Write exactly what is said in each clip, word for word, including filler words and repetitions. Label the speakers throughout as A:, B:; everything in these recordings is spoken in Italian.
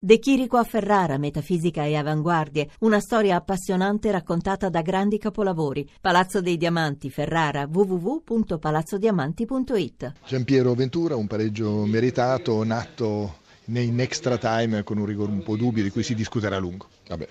A: De Chirico a Ferrara, metafisica e avanguardie, una storia appassionante raccontata da grandi capolavori. Palazzo dei Diamanti, Ferrara, w w w punto palazzo diamanti punto it.
B: Giampiero Ventura, un pareggio meritato, nato in extra time con un rigore un po' dubbio di cui si discuterà a lungo.
C: Vabbè,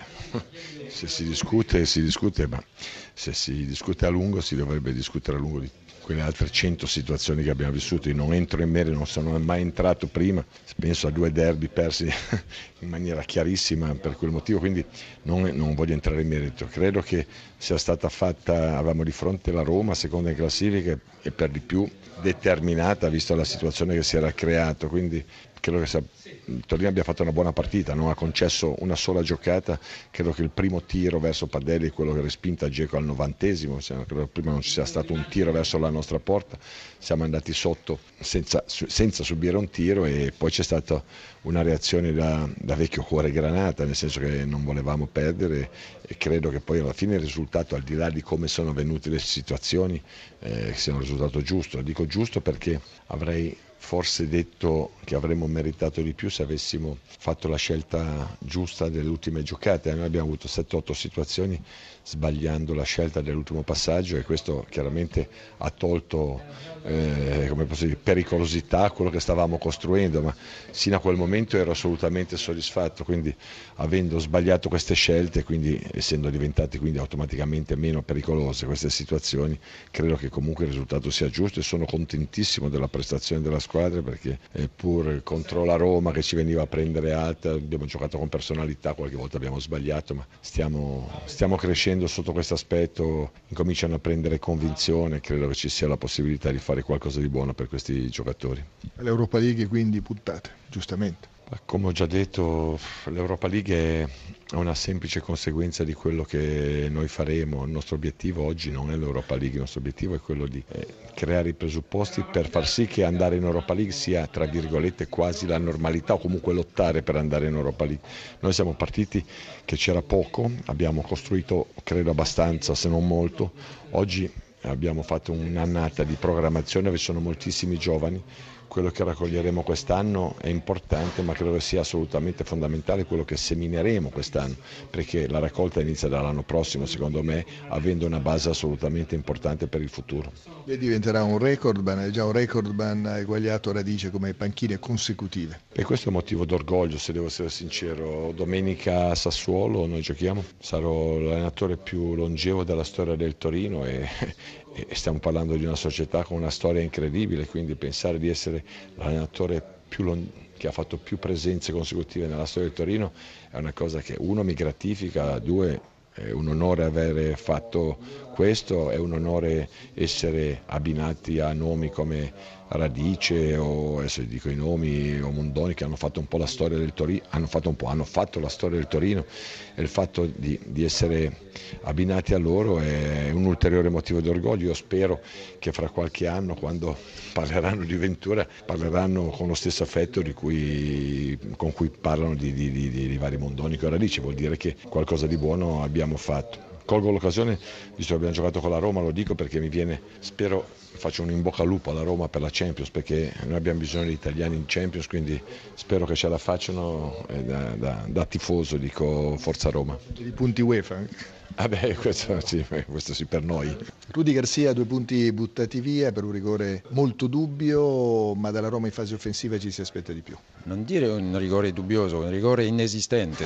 C: se si discute, si discute, ma se si discute a lungo si dovrebbe discutere a lungo di quelle altre cento situazioni che abbiamo vissuto. Io non entro in merito, non sono mai entrato prima, penso a due derby persi in maniera chiarissima per quel motivo, quindi non, non voglio entrare in merito. Credo che sia stata fatta, avevamo di fronte la Roma, seconda in classifica e per di più determinata visto la situazione che si era creata, quindi credo che sia, il Torino abbia fatto una buona partita, non ha concesso una sola giocata. Credo che il primo tiro verso Padelli è quello che respinta Dzeko al novantesimo, credo che prima non ci sia stato un tiro verso la nostra porta, siamo andati sotto senza, senza subire un tiro e poi c'è stata una reazione da, da vecchio cuore granata, nel senso che non volevamo perdere e credo che poi alla fine il risultato, al di là di come sono venute le situazioni, eh, sia un risultato giusto. Dico giusto perché avrei forse detto che avremmo meritato di più se avessimo fatto la scelta giusta delle ultime giocate. Noi abbiamo avuto sette otto situazioni sbagliando la scelta dell'ultimo passaggio e questo chiaramente ha tolto eh, come posso dire, pericolosità a quello che stavamo costruendo, ma sino a quel momento ero assolutamente soddisfatto, quindi avendo sbagliato queste scelte, quindi essendo diventate quindi automaticamente meno pericolose queste situazioni, credo che comunque il risultato sia giusto e sono contentissimo della prestazione della squadra perché eh, pur contro la Roma che ci veniva a prendere alta abbiamo giocato con personalità, qualche volta abbiamo sbagliato, ma stiamo, stiamo crescendo sotto questo aspetto, incominciano a prendere convinzione, credo che ci sia la possibilità di fare qualcosa di buono per questi giocatori.
B: L'Europa League quindi puntate, giustamente.
C: Come ho già detto, l'Europa League è una semplice conseguenza di quello che noi faremo. Il nostro obiettivo oggi non è l'Europa League, il nostro obiettivo è quello di eh, creare i presupposti per far sì che andare in Europa League sia, tra virgolette, quasi la normalità o comunque lottare per andare in Europa League. Noi siamo partiti che c'era poco, abbiamo costruito credo abbastanza, se non molto. Oggi abbiamo fatto un'annata di programmazione dove ci sono moltissimi giovani. Quello che raccoglieremo quest'anno è importante, ma credo che sia assolutamente fondamentale quello che semineremo quest'anno, perché la raccolta inizia dall'anno prossimo, secondo me, avendo una base assolutamente importante per il futuro.
B: E diventerà un recordman, è già un recordman eguagliato a Radice come panchine consecutive.
C: E questo è un motivo d'orgoglio, se devo essere sincero. Domenica a Sassuolo noi giochiamo, sarò l'allenatore più longevo della storia del Torino e e stiamo parlando di una società con una storia incredibile, quindi pensare di essere l'allenatore più long- che ha fatto più presenze consecutive nella storia del Torino è una cosa che uno mi gratifica, due è un onore aver fatto questo, è un onore essere abbinati a nomi come Radice o adesso dico i nomi o Mondoni che hanno fatto un po' la storia del Torino, hanno fatto un po', hanno fatto la storia del Torino e il fatto di, di essere abbinati a loro è un ulteriore motivo di orgoglio. Io spero che fra qualche anno, quando parleranno di Ventura, parleranno con lo stesso affetto di cui, con cui parlano di, di, di, di vari Mondoni con Radice, vuol dire che qualcosa di buono abbiamo fatto. Colgo l'occasione, visto che abbiamo giocato con la Roma, lo dico perché mi viene, spero, faccio un in bocca al lupo alla Roma per la Champions, perché noi abbiamo bisogno di italiani in Champions, quindi spero che ce la facciano eh, da, da, da tifoso, dico forza Roma.
B: Di punti UEFA?
C: Vabbè, questo sì, questo sì per noi.
B: Rudy Garcia, due punti buttati via per un rigore molto dubbio, ma dalla Roma in fase offensiva ci si aspetta di più.
D: Non dire un rigore dubbioso, un rigore inesistente,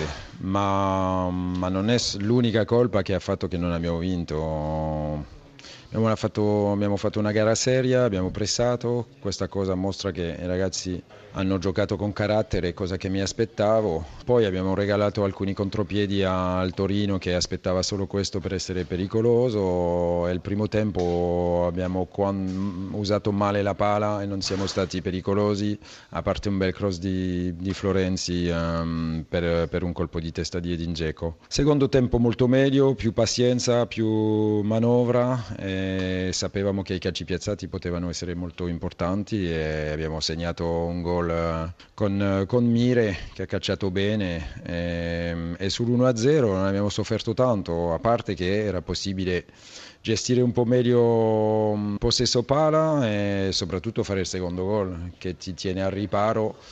D: ma, ma non è l'unica colpa che ha fatto che non abbiamo vinto. Abbiamo fatto, abbiamo fatto una gara seria, abbiamo pressato, questa cosa mostra che i ragazzi hanno giocato con carattere, cosa che mi aspettavo. Poi abbiamo regalato alcuni contropiedi al Torino che aspettava solo questo per essere pericoloso e il primo tempo abbiamo usato male la pala e non siamo stati pericolosi, a parte un bel cross di, di Florenzi um, per, per un colpo di testa di Edin Dzeko. Secondo tempo molto meglio, più pazienza, più manovra. E sapevamo che i calci piazzati potevano essere molto importanti e abbiamo segnato un gol con, con Mire che ha calciato bene e, e sull'uno a zero non abbiamo sofferto tanto, a parte che era possibile gestire un po' meglio possesso pala e soprattutto fare il secondo gol che ti tiene al riparo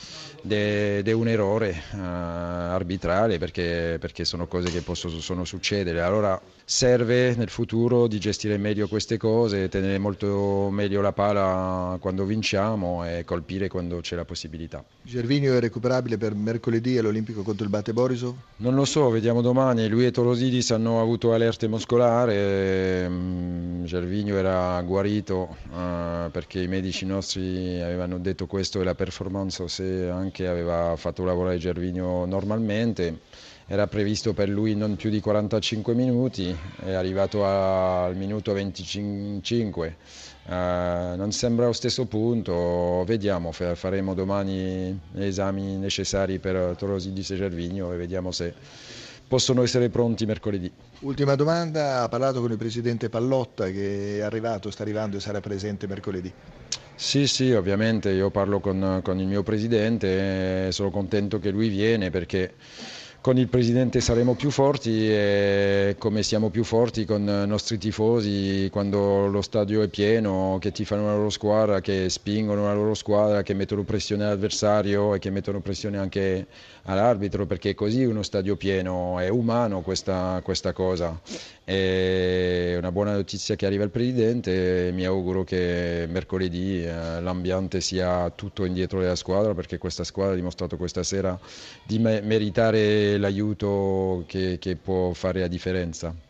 D: ed è un errore uh, arbitrale perché, perché sono cose che possono sono succedere. Allora serve nel futuro di gestire meglio queste cose, tenere molto meglio la palla quando vinciamo e colpire quando c'è la possibilità.
B: Gervinho è recuperabile per mercoledì all'Olimpico contro il Bate Borisov?
D: Non lo so, vediamo domani. Lui e Torosidis hanno avuto allerte muscolari, Gervinho era guarito uh, perché i medici nostri avevano detto questo e la performance se anche aveva fatto lavorare Gervinho normalmente. Era previsto per lui non più di quarantacinque minuti, è arrivato al minuto venticinque. Uh, non sembra allo stesso punto, vediamo, faremo domani gli esami necessari per Torosidis e Gervinho e vediamo se possono essere pronti mercoledì.
B: Ultima domanda, ha parlato con il presidente Pallotta che è arrivato, sta arrivando e sarà presente mercoledì?
D: Sì, sì, ovviamente io parlo con, con il mio presidente e sono contento che lui viene perché con il presidente saremo più forti e come siamo più forti con i nostri tifosi quando lo stadio è pieno, che tifano la loro squadra, che spingono la loro squadra, che mettono pressione all'avversario e che mettono pressione anche all'arbitro, perché così uno stadio pieno è umano questa, questa cosa. È una buona notizia che arriva il presidente e mi auguro che mercoledì eh, l'ambiente sia tutto indietro della squadra perché questa squadra ha dimostrato questa sera di me- meritare l'aiuto che, che può fare la differenza.